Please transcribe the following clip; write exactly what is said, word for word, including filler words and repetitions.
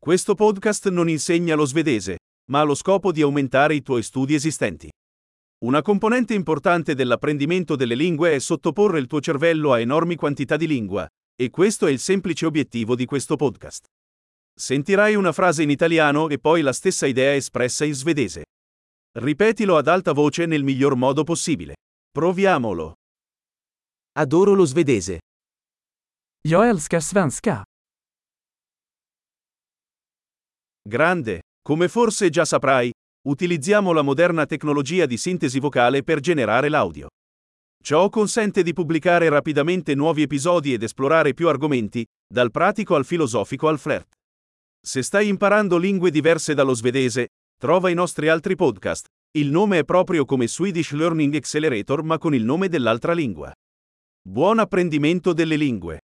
Questo podcast non insegna lo svedese, ma ha lo scopo di aumentare i tuoi studi esistenti. Una componente importante dell'apprendimento delle lingue è sottoporre il tuo cervello a enormi quantità di lingua, e questo è il semplice obiettivo di questo podcast. Sentirai una frase in italiano e poi la stessa idea espressa in svedese. Ripetilo ad alta voce nel miglior modo possibile. Proviamolo. Adoro lo svedese. Jag älskar svenska. Grande, come forse già saprai, utilizziamo la moderna tecnologia di sintesi vocale per generare l'audio. Ciò consente di pubblicare rapidamente nuovi episodi ed esplorare più argomenti, dal pratico al filosofico al flirt. Se stai imparando lingue diverse dallo svedese, trova i nostri altri podcast. Il nome è proprio come Swedish Learning Accelerator ma con il nome dell'altra lingua. Buon apprendimento delle lingue!